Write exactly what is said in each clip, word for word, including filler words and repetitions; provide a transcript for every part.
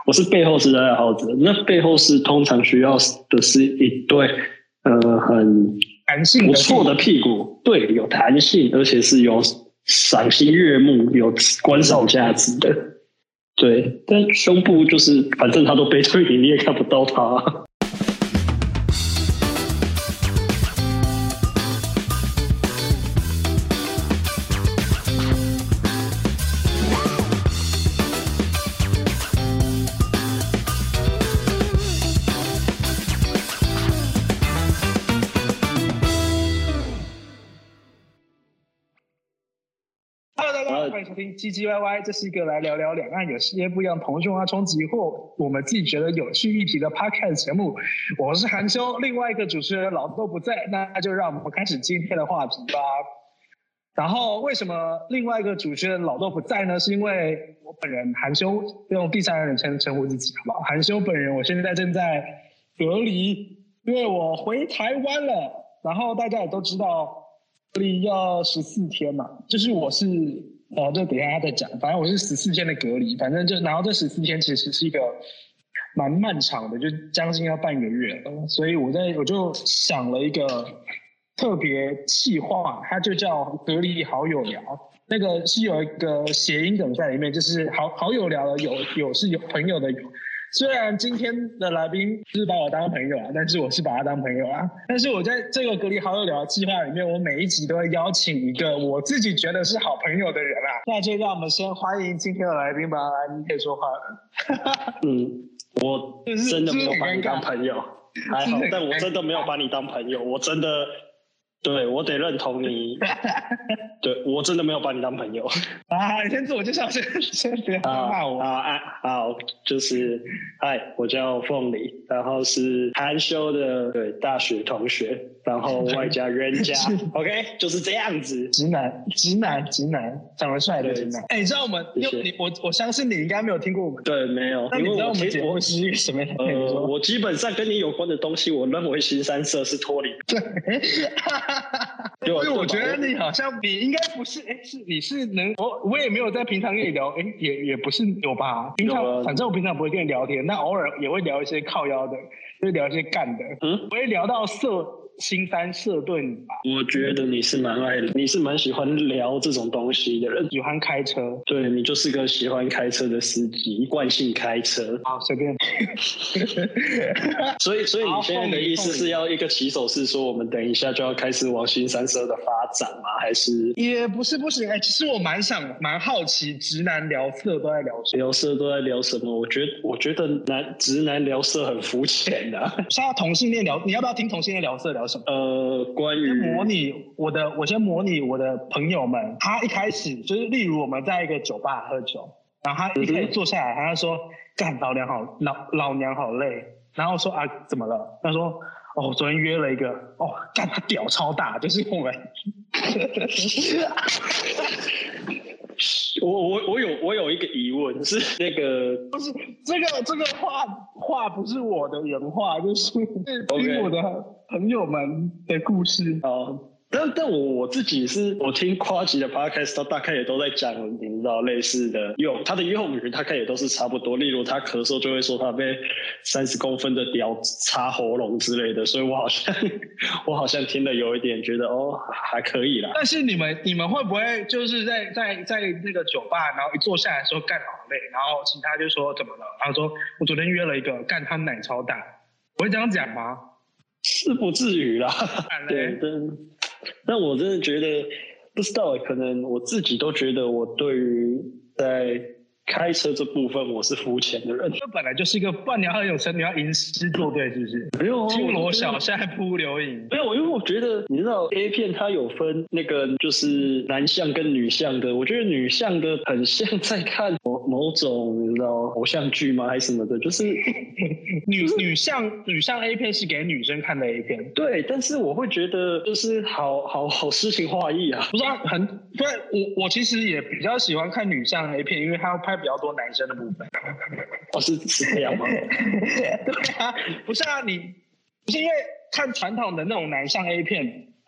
我是背后式的爱好者。那背后式通常需要的是一对呃很弹性不错的屁股，对，有弹性，而且是有赏心悦目、有观赏价值的。对，但胸部就是反正他都背对你，你也看不到他。 欢迎收听唧唧歪歪，这是一个来聊聊两岸有些不一样同质化冲击或我们自己觉得有趣议题的 podcast 节目。我是韩修，另外一个主持人老豆不在，那就让我们开始今天的话题吧。然后为什么另外一个主持人老豆不在呢？是因为我本人韩修用第三人称称呼自己，好不好？韩修本人我现在正在隔离，因为我回台湾了。然后大家也都知道隔离要十四天嘛，就是我是哦，这等一下再讲。反正我是十四天的隔离，反正就然后这十四天其实是一个蛮漫长的，就将近要半个月了。所以我在我就想了一个特别企划，它就叫隔离好友聊。那个是有一个谐音梗在里面，就是好好友聊的有有是有朋友的有。虽然今天的来宾是把我当朋友啊，但是我是把他当朋友啊。但是我在这个隔离好友聊的计划里面，我每一集都会邀请一个我自己觉得是好朋友的人啊。那就让我们先欢迎今天的来宾吧，来，你可以说话了。 嗯，我真的没有把你当朋友，还好，但我真的没有把你当朋友，我真的。对，我得认同你。对，我真的没有把你当朋友啊！你先自我介绍，先先别骂我啊啊！好，就是嗨，我叫凤梨，然后是韩修的对大学同学，然后外加冤家，OK， 就是这样子。 直男，直男，直男，长得帅的直男。哎、欸，你知道我们，因为你我我相信你应该没有听过我们。 对，没有。 那你知道我们节目是一个什么样的？ 呃，我基本上跟你有关的东西，我认为新三色是脱离。 对。因为我觉得你好像你应该不是，哎，是你是能我我也没有在平常跟你聊，哎，也也不是有吧？平常反正我平常不会跟你聊天，那偶尔也会聊一些靠腰的，会聊一些干的，嗯，我会聊到色新三色对你吧？ 我觉得你是蛮爱，你是蛮喜欢聊这种东西的人， 喜欢开车， 对你就是个喜欢开车的司机，惯性开车。 好，随便。 所以，所以你现在的意思是要一个起手式，说我们等一下就要开始往新三色的发展吗？还是也不是不行？哎、欸，其实我蛮想蛮好奇，直男聊色都在聊什么？ 聊色都在聊什么？我觉得，我觉得男直男聊色很肤浅的。 现在同性恋聊，你要不要听同性恋聊色聊什么？ 呃，关于模拟我的，我先模拟我的朋友们，他一开始就是，例如我们在一个酒吧喝酒，然后他一开始坐下来，他就说：“干，老娘好老老娘好累。”然后说：“啊，怎么了？”他说：“哦，昨天约了一个，哦，干他屌超大，就是我们。” 我我我有我有一个疑问是那个不是这个这个话话不是我的原话，就是听我的朋友们的故事哦。但但我我自己是我听夸吉的 podcast， 他大概也都在讲，你知道类似的用他的用语，大概也都是差不多。例如他咳嗽就会说他被三十公分的屌插喉咙之类的，所以我好像我好像听了有一点觉得哦还可以啦。 但是你们你们会不会就是在在在那个酒吧，然后一坐下来说干好累，然后其他就说怎么了？他说我昨天约了一个干他奶超大，我会这样讲吗？ 是不至于啦，对，但但我真的觉得不知道，可能我自己都觉得我对于在开车这部分我是肤浅的人。 这本来就是一个，不然你要有成，你要吟诗作对，是不是？ 没有， 青罗小扇扑流萤。 没有，因为我觉得你知道 A 片它有分那个就是男向跟女向的，我觉得女向的很像在看某某种你知道偶像剧吗还是什么的，就是女女向女向 A 片是给女生看的 A 片。 对，但是我会觉得就是好好好诗情画意啊， 不是、啊、很对，我我其实也比较喜欢看女向 A 片，因为它要拍比较多男生的部分。 哦，是是这样吗？ 对啊，不是啊，你不是因为看传统的那种男向 A 片，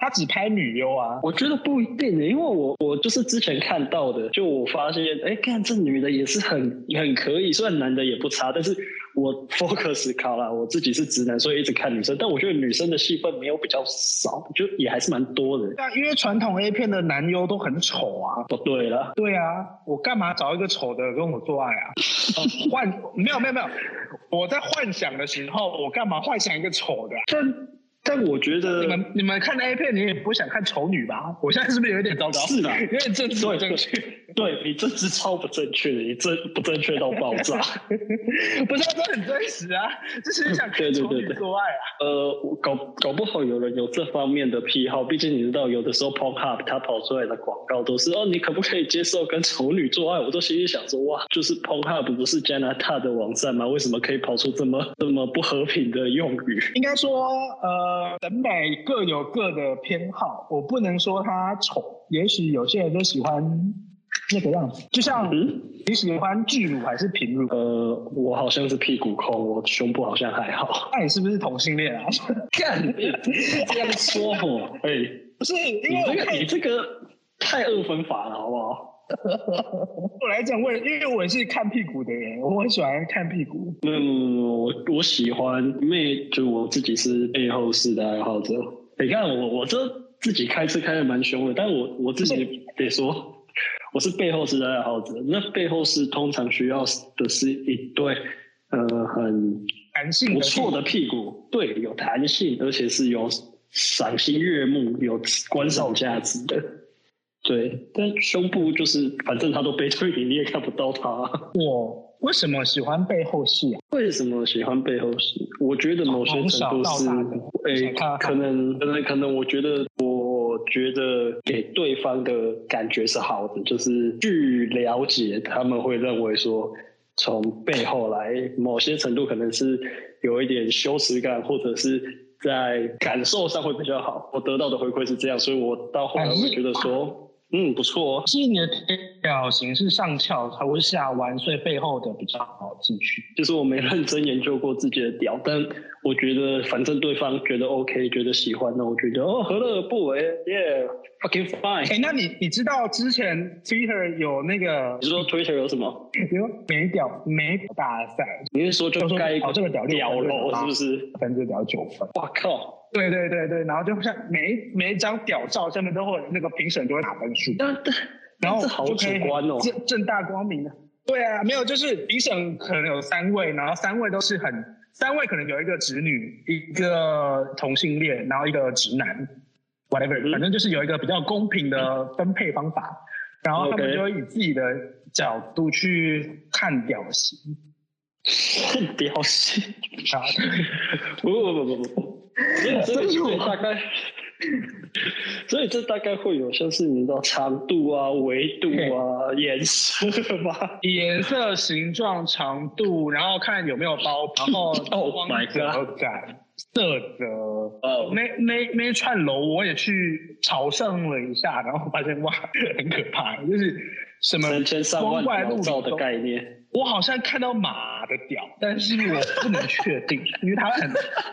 他只拍女优啊。 我觉得不一定的，因为我我就是之前看到的，就我发现，哎，看这女的也是很很可以，虽然男的也不差，但是我 focus 考啦，我自己是直男，所以一直看女生，但我觉得女生的戏份没有比较少，就也还是蛮多的。 那因为传统 A 片的男优都很丑啊。 哦，对了， 对啊，我干嘛找一个丑的跟我做爱啊？哦、幻没有没有没有，我在幻想的时候，我干嘛幻想一个丑的、啊？ 但但我觉得你们你们看 A 片，你也不会想看丑女吧？我现在是不是有一点糟糕？ 是啦， 有点政治不正确。 对，你政治超不正确的，你正不正确到爆炸。 不是，这很真实啊，就是想看丑女做爱啊。 呃，搞搞不好有人有这方面的癖好，毕竟你知道，有的时候 Pornhub 它跑出来的广告都是哦，你可不可以接受跟丑女做爱？我都心里想说，哇，就是 Pornhub 不是加拿大的网站吗？为什么可以跑出这么这么不和平的用语？ 应该说，呃，审美各有各的偏好，我不能说他丑，也许有些人就喜欢那个样子，就像你喜欢巨乳还是平乳？ 呃，我好像是屁股控，我胸部好像还好。 那你是不是同性恋啊？ 干，这样说哦，哎、欸， 不是，因为你这个你这个太二分法了，好不好？ 我来讲，我因为我是看屁股的人，我很喜欢看屁股。 嗯，我我喜欢，因为就我自己是背后式的爱好者。你看我我这自己开车开的蛮凶的，但我我自己得说，我是背后式的爱好者。那背后式通常需要的是一对呃很弹性不错的屁股，对，有弹性，而且是有赏心悦目、有观赏价值的。对，但胸部就是反正他都背对你，你也看不到他。 我为什么喜欢背后式啊？ 为什么喜欢背后式？我觉得某些程度是，诶，可能可能可能，我觉得我觉得给对方的感觉是好的，就是据了解，他们会认为说，从背后来，某些程度可能是有一点羞耻感，或者是在感受上会比较好。我得到的回馈是这样，所以我到后来会觉得说。嗯，不错哦。 是你的表型是上翘还是下弯，所以背后的比较好进去。 就是我没认真研究过自己的屌，但我觉得反正对方觉得 OK， 觉得喜欢，那我觉得哦，何乐而不为 ？Yeah, fucking fine。 哎、欸，那你你知道之前 Twitter 有那个？ 你说 Twitter 有什么？ 有美屌美屌大赛。 你是说就盖一个哦这个屌屌楼是不是？ 分这屌九分。 哇靠！ 对对对对，然后就像每每一张屌照下面都会那个评审都会打分数，然后就可以正正大光明的。对啊，没有，就是评审可能有三位，然后三位都是很三位可能有一个直女，一个同性恋，然后一个直男 ，whatever，、嗯、反正就是有一个比较公平的分配方法，然后他们就会以自己的角度去看屌型。 看屌型啊？不不不不不。所以这大概，所以这大概会有像是你知道长度啊、维度啊、颜色吧？ 颜色、形状、长度，然后看有没有包，然后光泽感、色泽。哦，那那那一串楼我也去朝圣了一下，然后发现哇，很可怕，就是什么成千上万屌照的概念。 我好像看到马的屌，但是我不能确定，因为它很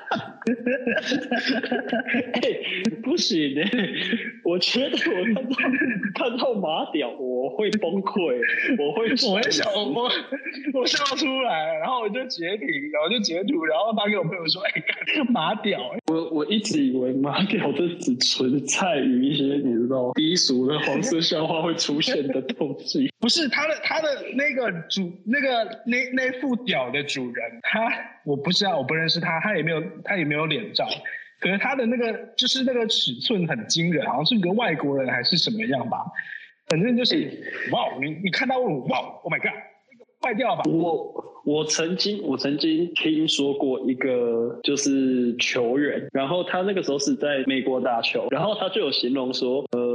欸、不行的、欸。我觉得我看到看到马屌，我会崩溃，我会我会笑，我我笑出来，然后我就截屏，然后就截图，然后发给我朋友说：“哎、欸，马屌、欸！” 我我一直以为马屌这只存在于一些你知道低俗的黄色笑话会出现的东西。 不是他的他的那个主那个那那副屌的主人，他我不知道，我不认识他，他也没有他也没有脸照，可是他的那个就是那个尺寸很惊人，好像是个外国人还是什么样吧，反正就是哇，你你看到我哇 ，Oh my god， 坏掉吧？ 我我曾经我曾经听说过一个就是球员，然后他那个时候是在美国打球，然后他就有形容说，呃，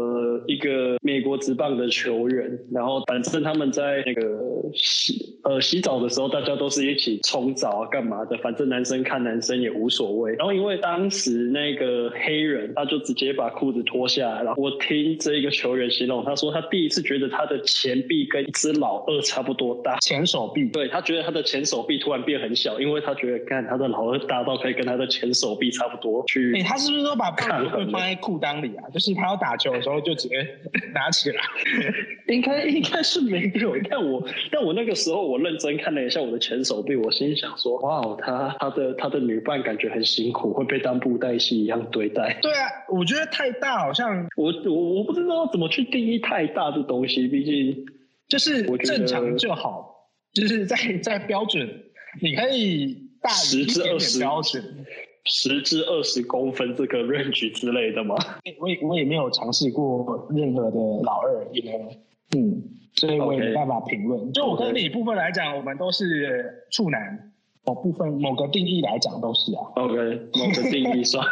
一个美国职棒的球员，然后反正他们在那个洗呃洗澡的时候，大家都是一起冲澡啊干嘛的，反正男生看男生也无所谓。然后因为当时那个黑人他就直接把裤子脱下来了，我听这一个球员形容，他说他第一次觉得他的前臂跟一只老二差不多大， 前手臂， 对，他觉得他的前手臂突然变很小，因为他觉得看他的老二大到可以跟他的前手臂差不多去。 哎、欸，他是不是都把棒子会放在裤裆里啊？就是他要打球的时候就直接拿起来。 应该应该是没有，但我但我那个时候我认真看了一下我的前手臂，我心想说，哇，他他的他的女伴感觉很辛苦，会被当布袋戏一样对待。 对啊，我觉得太大好像我我我不知道怎么去定义太大的东西，毕竟就是正常就好，就是在在标准，你可以大于一点点标准。 十至二十公分这个 range 之类的吗？ 我也我也没有尝试过任何的老二，因为嗯，所以我也没办法评论。Okay. 就我跟你部分来讲，我们都是处男。某部分某个定义来讲都是啊 ，OK， 某个定义上，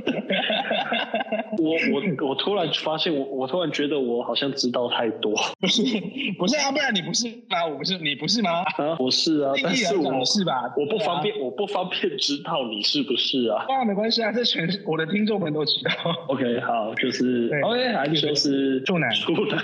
我我我突然发现我我突然觉得我好像知道太多， 不是不是啊，不然你不是吗？我不是，你不是吗？ 啊，我是啊，但是我是吧？ 我不方便，啊、我不方便知道你是不是啊？ 啊，没关系啊，这全我的听众们都知道。 OK， 好，就是 OK， 还是就是处男， 处男。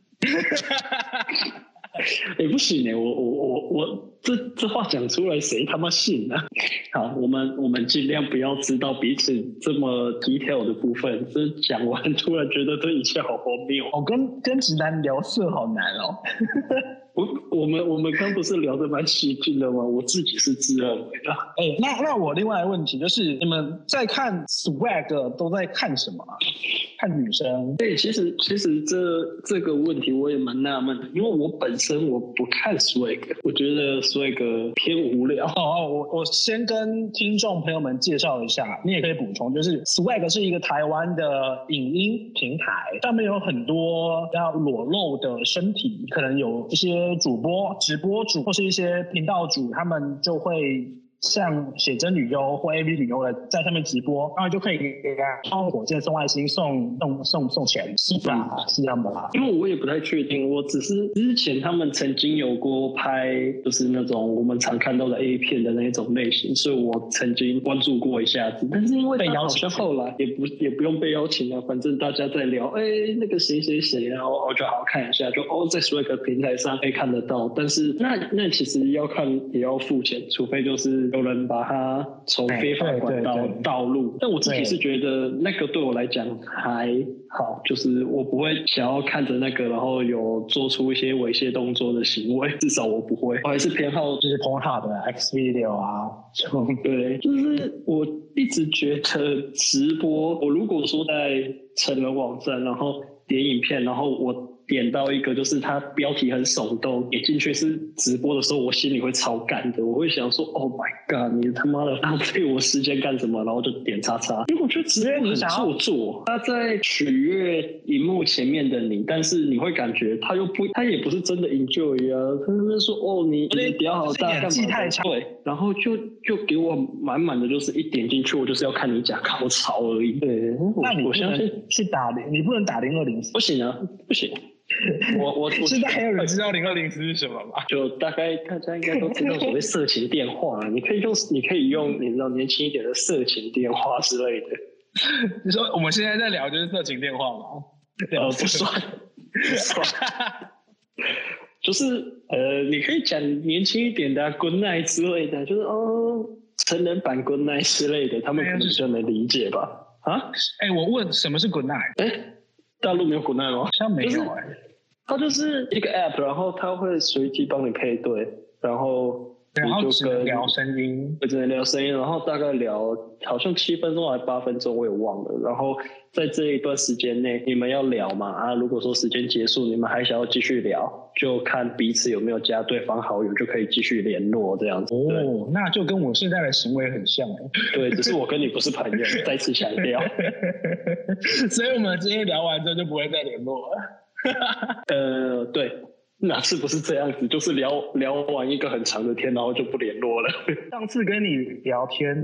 哎、欸，不行哎、欸，我我我我这这话讲出来，谁他妈信啊？好，我们我们尽量不要知道彼此这么 detail 的部分。这讲完，突然觉得这一切好荒谬。 我、哦、跟跟直男聊色好难哦。 我我们我们刚不是聊得蛮起劲的吗？我自己是自认为的。 哎、欸，那那我另外一个问题就是，你们在看 swag 都在看什么啊？看女生？ 对，其实其实这这个问题我也蛮纳闷的，因为我本身我不看 swag， 我觉得 swag 偏无聊。 哦，我我先跟听众朋友们介绍一下，你也可以补充，就是 swag 是一个台湾的影音平台，上面有很多要裸露的身体，可能有一些主播、直播主或是一些频道主，他们就会像写真女优或 A V 女优的在上面直播，然后就可以给他送火箭、送爱心、送送送送钱，是吧？是这样吧？ 因为我也不太确定，我只是之前他们曾经有过拍，就是那种我们常看到的 A 片的那种类型，所以我曾经关注过一下子。但是因为被邀请，后来也不也不用被邀请啊，反正大家在聊，哎，那个谁谁谁，然后我就好好看一下，就哦，在 Swag 平台上可以看得到。但是那那其实要看也要付钱，除非就是有人把它从非法管道导入，但我自己是觉得那个对我来讲还好，就是我不会想要看着那个然后有做出一些猥亵动作的行为，至少我不会，我还是偏好就是 Pornhub 的 Xvideo 啊， 对，就是我一直觉得直播，我如果说在成人网站，然后点影片，然后我点到一个就是它标题很耸动，点进去是直播的时候，我心里会超干的，我会想说 Oh my god， 你他妈的浪费我时间干什么？然后就点叉叉，因为我觉得直播很做作，他在取悦荧幕前面的你，但是你会感觉他又不，他也不是真的 enjoy 啊，他是说哦你你屌好大干嘛？对，然后就就给我满满的就是一点进去，我就是要看你讲高潮而已。对， 那你我相信去打零，你不能打零二零， 不行啊，不行。我我现在还有人知道零二零四是什么吗？ 就大概大家应该都知道所谓色情电话，你可以用你可以用你知道年轻一点的色情电话之类的。 你说我们现在在聊就是色情电话吗？ 呃，不算，不算。就是呃，你可以讲年轻一点的、啊、Good Night 之类的，就是哦，成人版 Good Night 之类的，他们可能比较能理解吧？啊？ 哎、欸，我问什么是 Good Night？ 哎、欸。大陆没有 Good Night 吗？ 好像没有哎、欸， 它就是一个 app， 然后它会随机帮你配对，然后然后只能聊声音， 只能聊声音，然后大概聊好像七分钟还是八分钟，我也忘了。然后在这一段时间内，你们要聊嘛啊？如果说时间结束，你们还想要继续聊，就看彼此有没有加对方好友，就可以继续联络这样子。 哦，那就跟我现在的行为很像哎。 对，只是我跟你不是朋友，再次强调。 所以我们今天聊完之后就不会再联络了。 呃，对。哪次不是这样子？就是聊聊完一个很长的天，然后就不联络了。 上次跟你聊天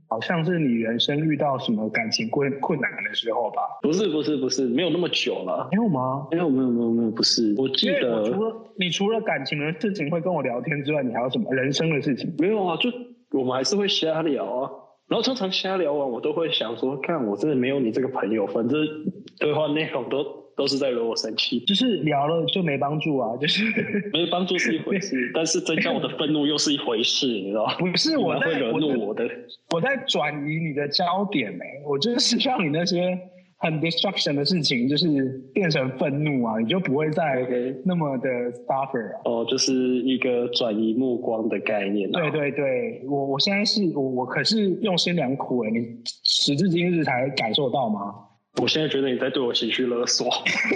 好像是你人生遇到什么感情困困难的时候吧？ 不是不是不是，没有那么久了。 没有吗？ 没有没有没有没有，不是。我记得， 除了你除了感情的事情会跟我聊天之外，你还有什么人生的事情？ 没有啊，就我们还是会瞎聊啊。然后通常瞎聊完，我都会想说，看我真的没有你这个朋友，反正对话内容都都是在惹我生气， 就是聊了就没帮助啊，就是没帮助是一回事，但是增加我的愤怒又是一回事，你知道吗？ 不是我在会惹怒我的， 我在转移你的焦点哎、欸，我就是让你那些很 destruction 的事情，就是变成愤怒啊，你就不会再那么的 suffer 啊。 哦，就是一个转移目光的概念、啊。 对对对，我我现在是我我可是用心良苦哎、欸，你时至今日才感受到吗？ 我现在觉得你在对我情绪勒索。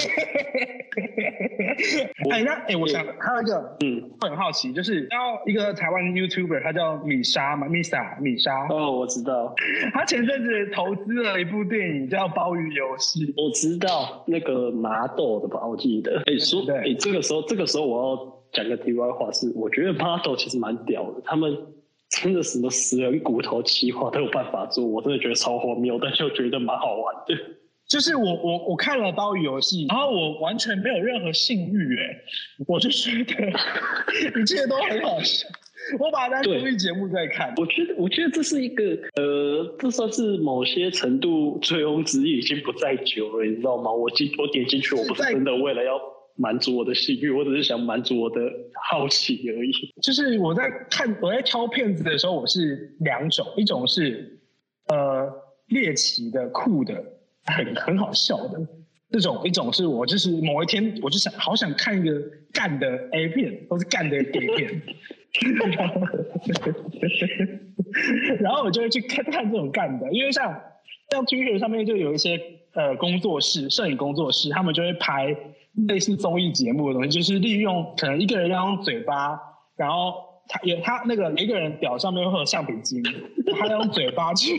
哎，那哎，我想还有一个，嗯，会很好奇，就是然后一个台湾 YouTuber， 他叫米莎嘛 ，Misa 米莎。 哦，我知道。 他前阵子投资了一部电影叫《鲍鱼游戏》。 我知道那个麻豆的吧，我记得。哎，说哎，这个时候这个时候我要讲个题外话，是我觉得麻豆其实蛮屌的，他们真的什么死人骨头企划都有办法做，我真的觉得超荒谬，但就觉得蛮好玩的。 就是我我我看了《鲍鱼游戏》，然后我完全没有任何性欲，哎，我就觉得一切都很好笑。我把它当综艺节目在看。 我觉得，我觉得这是一个呃，这算是某些程度醉翁之意已经不在酒了，你知道吗？我进我点进去，我不是真的为了要满足我的性欲，我只是想满足我的好奇而已。 就是我在看我在挑片子的时候，我是两种，一种是呃猎奇的、酷的。很很好笑的这种，一种是我就是某一天我就想好想看一个干的 A 片，或是干的 gay 片，然后然后我就会去看看这种干的，因为像像 Twitter 上面就有一些呃工作室、摄影工作室，他们就会拍类似综艺节目的东西，就是利用可能一个人要用嘴巴，然后他有他那个一个人表上面会有橡皮筋，他要用嘴巴去。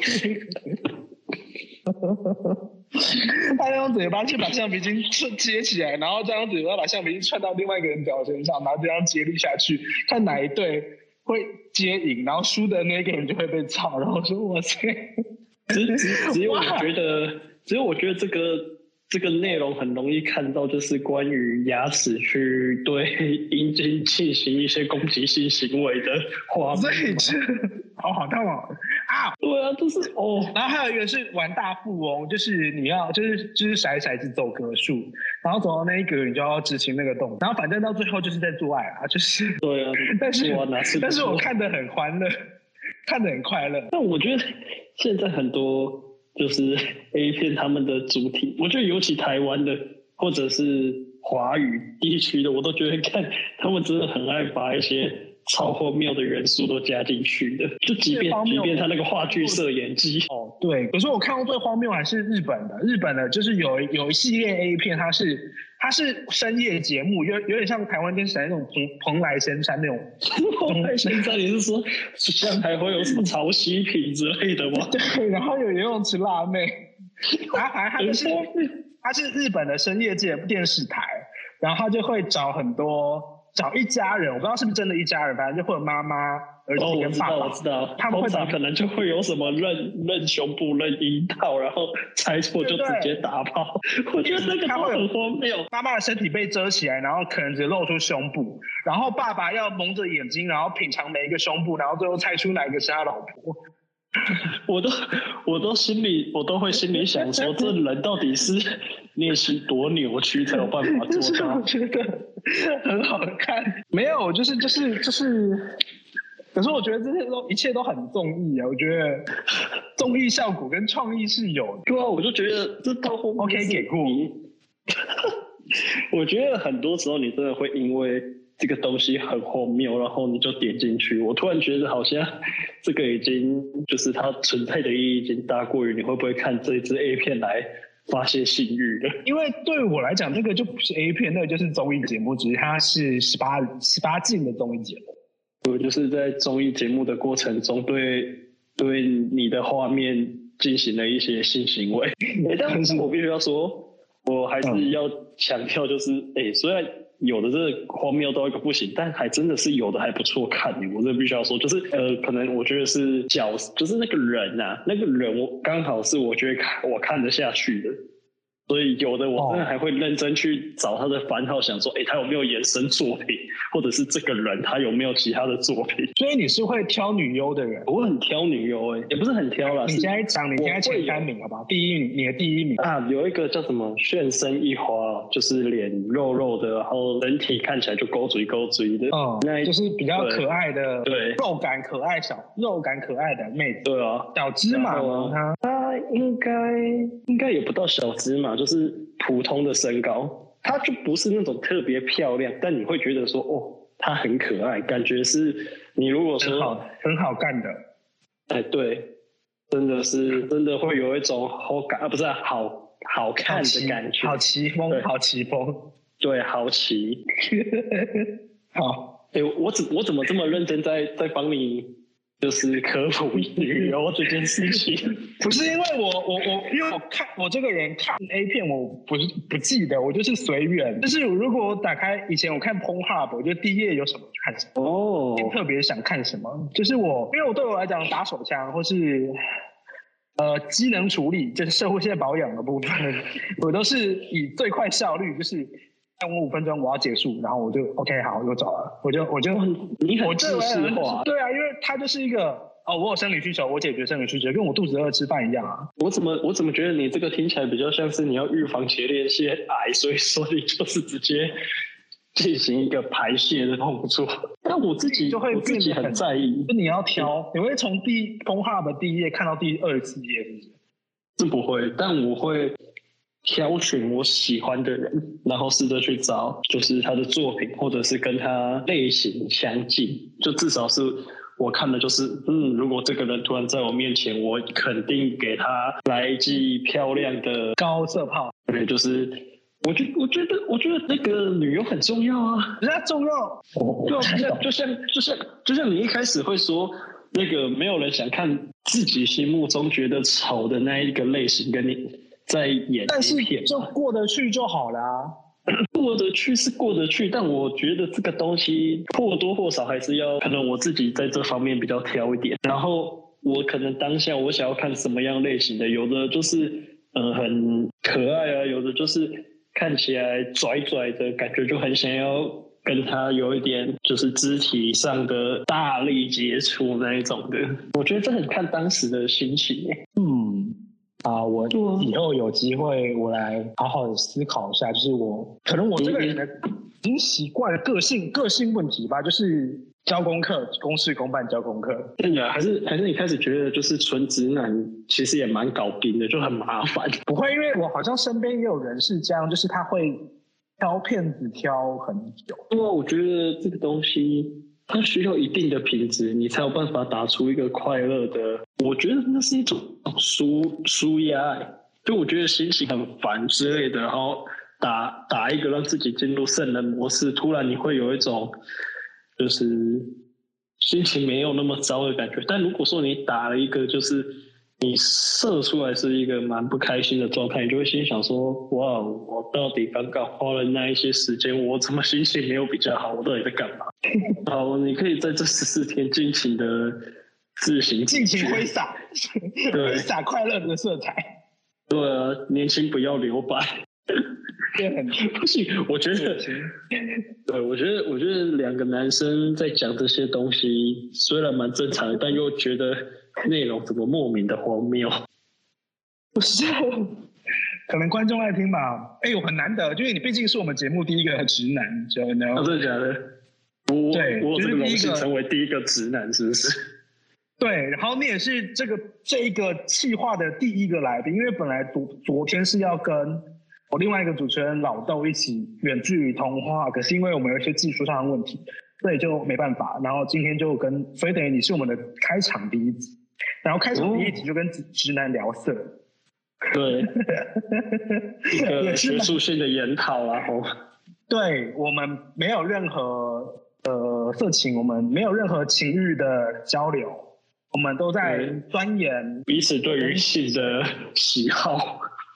他用嘴巴去把橡皮筋接起来，然后再用嘴巴把橡皮筋串到另外一个人脚身上，然后这样接力下去，看哪一队会接赢，然后输的那个人就会被操。然后我说哇塞， 只只只有我觉得，只有我觉得这个这个内容很容易看到，就是关于牙齿去对阴茎进行一些攻击性行为的画面。 所以这好好看哦啊！ 对啊，就是哦。 然后还有一个是玩大富翁，就是你要就是就是骰骰子走格数，然后走到那一格你就要执行那个动作，然后反正到最后就是在做爱啊，就是对啊。 但是是但是我看得很欢乐，看得很快乐。 但我觉得现在很多就是 A 片他们的主题，我觉得尤其台湾的或者是华语地区的，我都觉得看他们真的很爱把一些超荒谬的元素都加进去的，就即便即便他那个话剧社演技哦，对。可是我看过最荒谬还是日本的，日本的就是有有一系列 A 片，它是它是深夜节目，有有点像台湾电视台那种蓬蓬莱仙山那种。 蓬莱仙山，你是说像还会有什么潮汐品之类的吗？ 对，然后有游泳池辣妹，然后它就是它是日本的深夜界电视台，然后他就会找很多。找一家人，我不知道是不是真的一家人，反正就会有妈妈、儿子跟爸爸。 哦，我知道，我知道。 他们会可能就会有什么认认胸部、认阴道，然后猜错就直接打炮。我觉得那个都很荒谬。 妈妈的身体被遮起来，然后可能只露出胸部，然后爸爸要蒙着眼睛，然后品尝每一个胸部，然后最后猜出哪一个是他老婆。 我都我都心里我都会心里想说，这人到底是内心多扭曲才有办法做到？ 我觉得很好看。没有，就是就是就是，可是我觉得这些都一切都很综艺啊。我觉得综艺效果跟创意是有的。 对啊，我就觉得这到后面 OK 给过。 我觉得很多时候你真的会因为这个东西很荒谬，然后你就点进去。我突然觉得好像这个已经就是它存在的意义已经大过于你会不会看这一支 A 片来发泄性欲了。 因为对我来讲，那个就不是 A 片，那个就是综艺节目，只是它是十八十八禁的综艺节目。 我就是在综艺节目的过程中对对你的画面进行了一些性行为。但是我必须要说，我还是要强调，就是哎、欸，虽然有的这荒谬到一个不行，但还真的是有的还不错看，我这必须要说，就是呃，可能我觉得是角，就是那个人啊，那个人我刚好是我觉得我看得下去的。所以有的我真的还会认真去找他的番号，想说，哎、欸，他有没有延伸作品，或者是这个人他有没有其他的作品。 所以你是会挑女优的人？ 我很挑女优，哎，也不是很挑啦。 你现在讲，你现在前三名好不好？第一名，你的第一名啊，有一个叫什么炫身一花，就是脸肉肉的，然后人体看起来就勾嘴勾嘴的， 嗯，那就是比较可爱的， 对， 肉感可爱小肉感可爱的妹子。 对啊， 小芝麻吗？ 她应该应该也不到小芝麻，就是普通的身高，她就不是那种特别漂亮，但你会觉得说，哦，她很可爱，感觉是你如果说很好很好干的， 哎，对，真的是真的会有一种好感啊，不是、啊、好好看的感觉， 好奇风，好奇风， 对，好奇。 好， 哎、欸，我怎我怎么这么认真在在帮你？就是科普女优这件事情， 不是因为我我我，因为我看我这个人看 A 片，我不是不记得，我就是随缘。就是如果我打开以前我看 Pornhub， 我就第一页有什么就看什么，哦，特别想看什么。就是我，因为我对我来讲，打手枪或是呃机能处理，就是社会线保养的部分，我都是以最快效率，就是。我五分钟我要结束，然后我就 OK 好，我走了，我就我就你很自私化， 对啊，因为它就是一个哦，我有生理需求，我解决生理需求，跟我肚子饿吃饭一样啊。 我怎么我怎么觉得你这个听起来比较像是你要预防前列腺癌，所以说你就是直接进行一个排泄的动作。但我自己就会我自己很在意， 就你要挑，你会从第 Pornhub 第一页看到第二十四页，是不是？ 是不会，但我会。挑选我喜欢的人，然后试着去找，就是他的作品，或者是跟他类型相近，就至少是我看的就是，嗯，如果这个人突然在我面前，我肯定给他来一记漂亮的高射炮。 对，就是我觉我觉得我觉得那个女优很重要啊， 人家重要， 哦、就像就像就像就像你一开始会说。那个没有人想看自己心目中觉得丑的那一个类型，跟你在演， 但是就过得去就好啦。 过得去是过得去，但我觉得这个东西或多或少还是要，可能我自己在这方面比较挑一点。然后我可能当下我想要看什么样类型的，有的就是呃很可爱啊，有的就是看起来拽拽的感觉，就很想要。跟他有一点就是肢体上的大力接触那一种的，我觉得这很看当时的心情。 嗯，啊，我以后有机会我来好好的思考一下，就是我可能我这个人的已经习惯了个性个性问题吧，就是交功课，公事公办交功课。 真的，还是还是你开始觉得就是纯直男其实也蛮搞定的，就很麻烦。 不会，因为我好像身边也有人是这样，就是他会。挑片子挑很久， 因为我觉得这个东西它需要一定的品质，你才有办法打出一个快乐的。我觉得那是一种舒舒压，就我觉得心情很烦之类的，然后打打一个让自己进入圣人模式，突然你会有一种就是心情没有那么糟的感觉。但如果说你打了一个就是你射出来是一个蛮不开心的状态，你就会心想说：哇，我到底刚刚花了那一些时间，我怎么心情没有比较好？我到底在干嘛？好，你可以在这十四天尽情的自行尽情挥洒，挥洒快乐的色彩。 对啊，年轻不要留白。不行，我觉得，对，我觉得，我觉得两个男生在讲这些东西，虽然蛮正常的，但又觉得内容怎么莫名的荒谬。 不是，可能观众爱听吧。哎呦，很难得，因为你毕竟是我们节目第一个直男，就呢、 啊。真的假的？我对， 我有这个荣幸成为第一个直男，是不是？ 对，然后你也是这个这一个企划的第一个来宾，因为本来昨昨天是要跟我另外一个主持人老豆一起远距离通话，可是因为我们有一些技术上的问题，所以就没办法。然后今天就跟，所以等于你是我们的开场第一集，然后开场第一集就跟直直男聊色， 对，一个学术性的研讨啊。 对，我们没有任何呃色情，我们没有任何情欲的交流，我们都在钻研彼此对于性的喜好。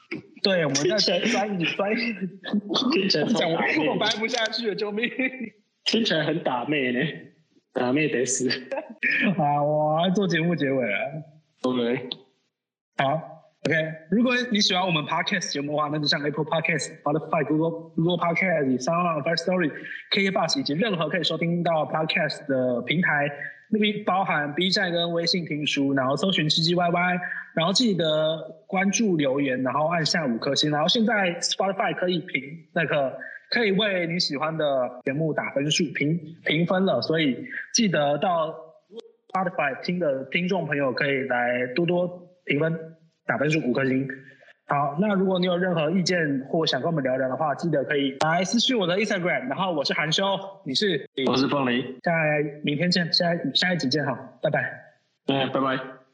对，我们在专一专一， 听起来讲我超打妹我掰不下去了，救命！ 听起来很打妹呢，打妹得死。 啊，我要做节目结尾了。 OK， 好。OK， 如果你喜欢我们 Podcast 节目的话，那就像 Apple Podcast、Spotify、Google Google Podcast、SoundOn、Firstory、K K Bus 以及任何可以收听到 Podcast 的平台，那边包含 B 站跟微信听书，然后搜寻 G G Y Y， 然后记得关注留言，然后按下五颗星，然后现在 Spotify 可以评那个可以为你喜欢的节目打分数评评分了，所以记得到 Spotify 听的听众朋友可以来多多评分。打分数五颗星。好，那如果你有任何意见或想跟我们聊聊的话，记得可以来私讯我的 Instagram。然后我是韩修，你是？ 我是凤梨。 在明天见，下下一集见，好，拜拜。 嗯，拜拜。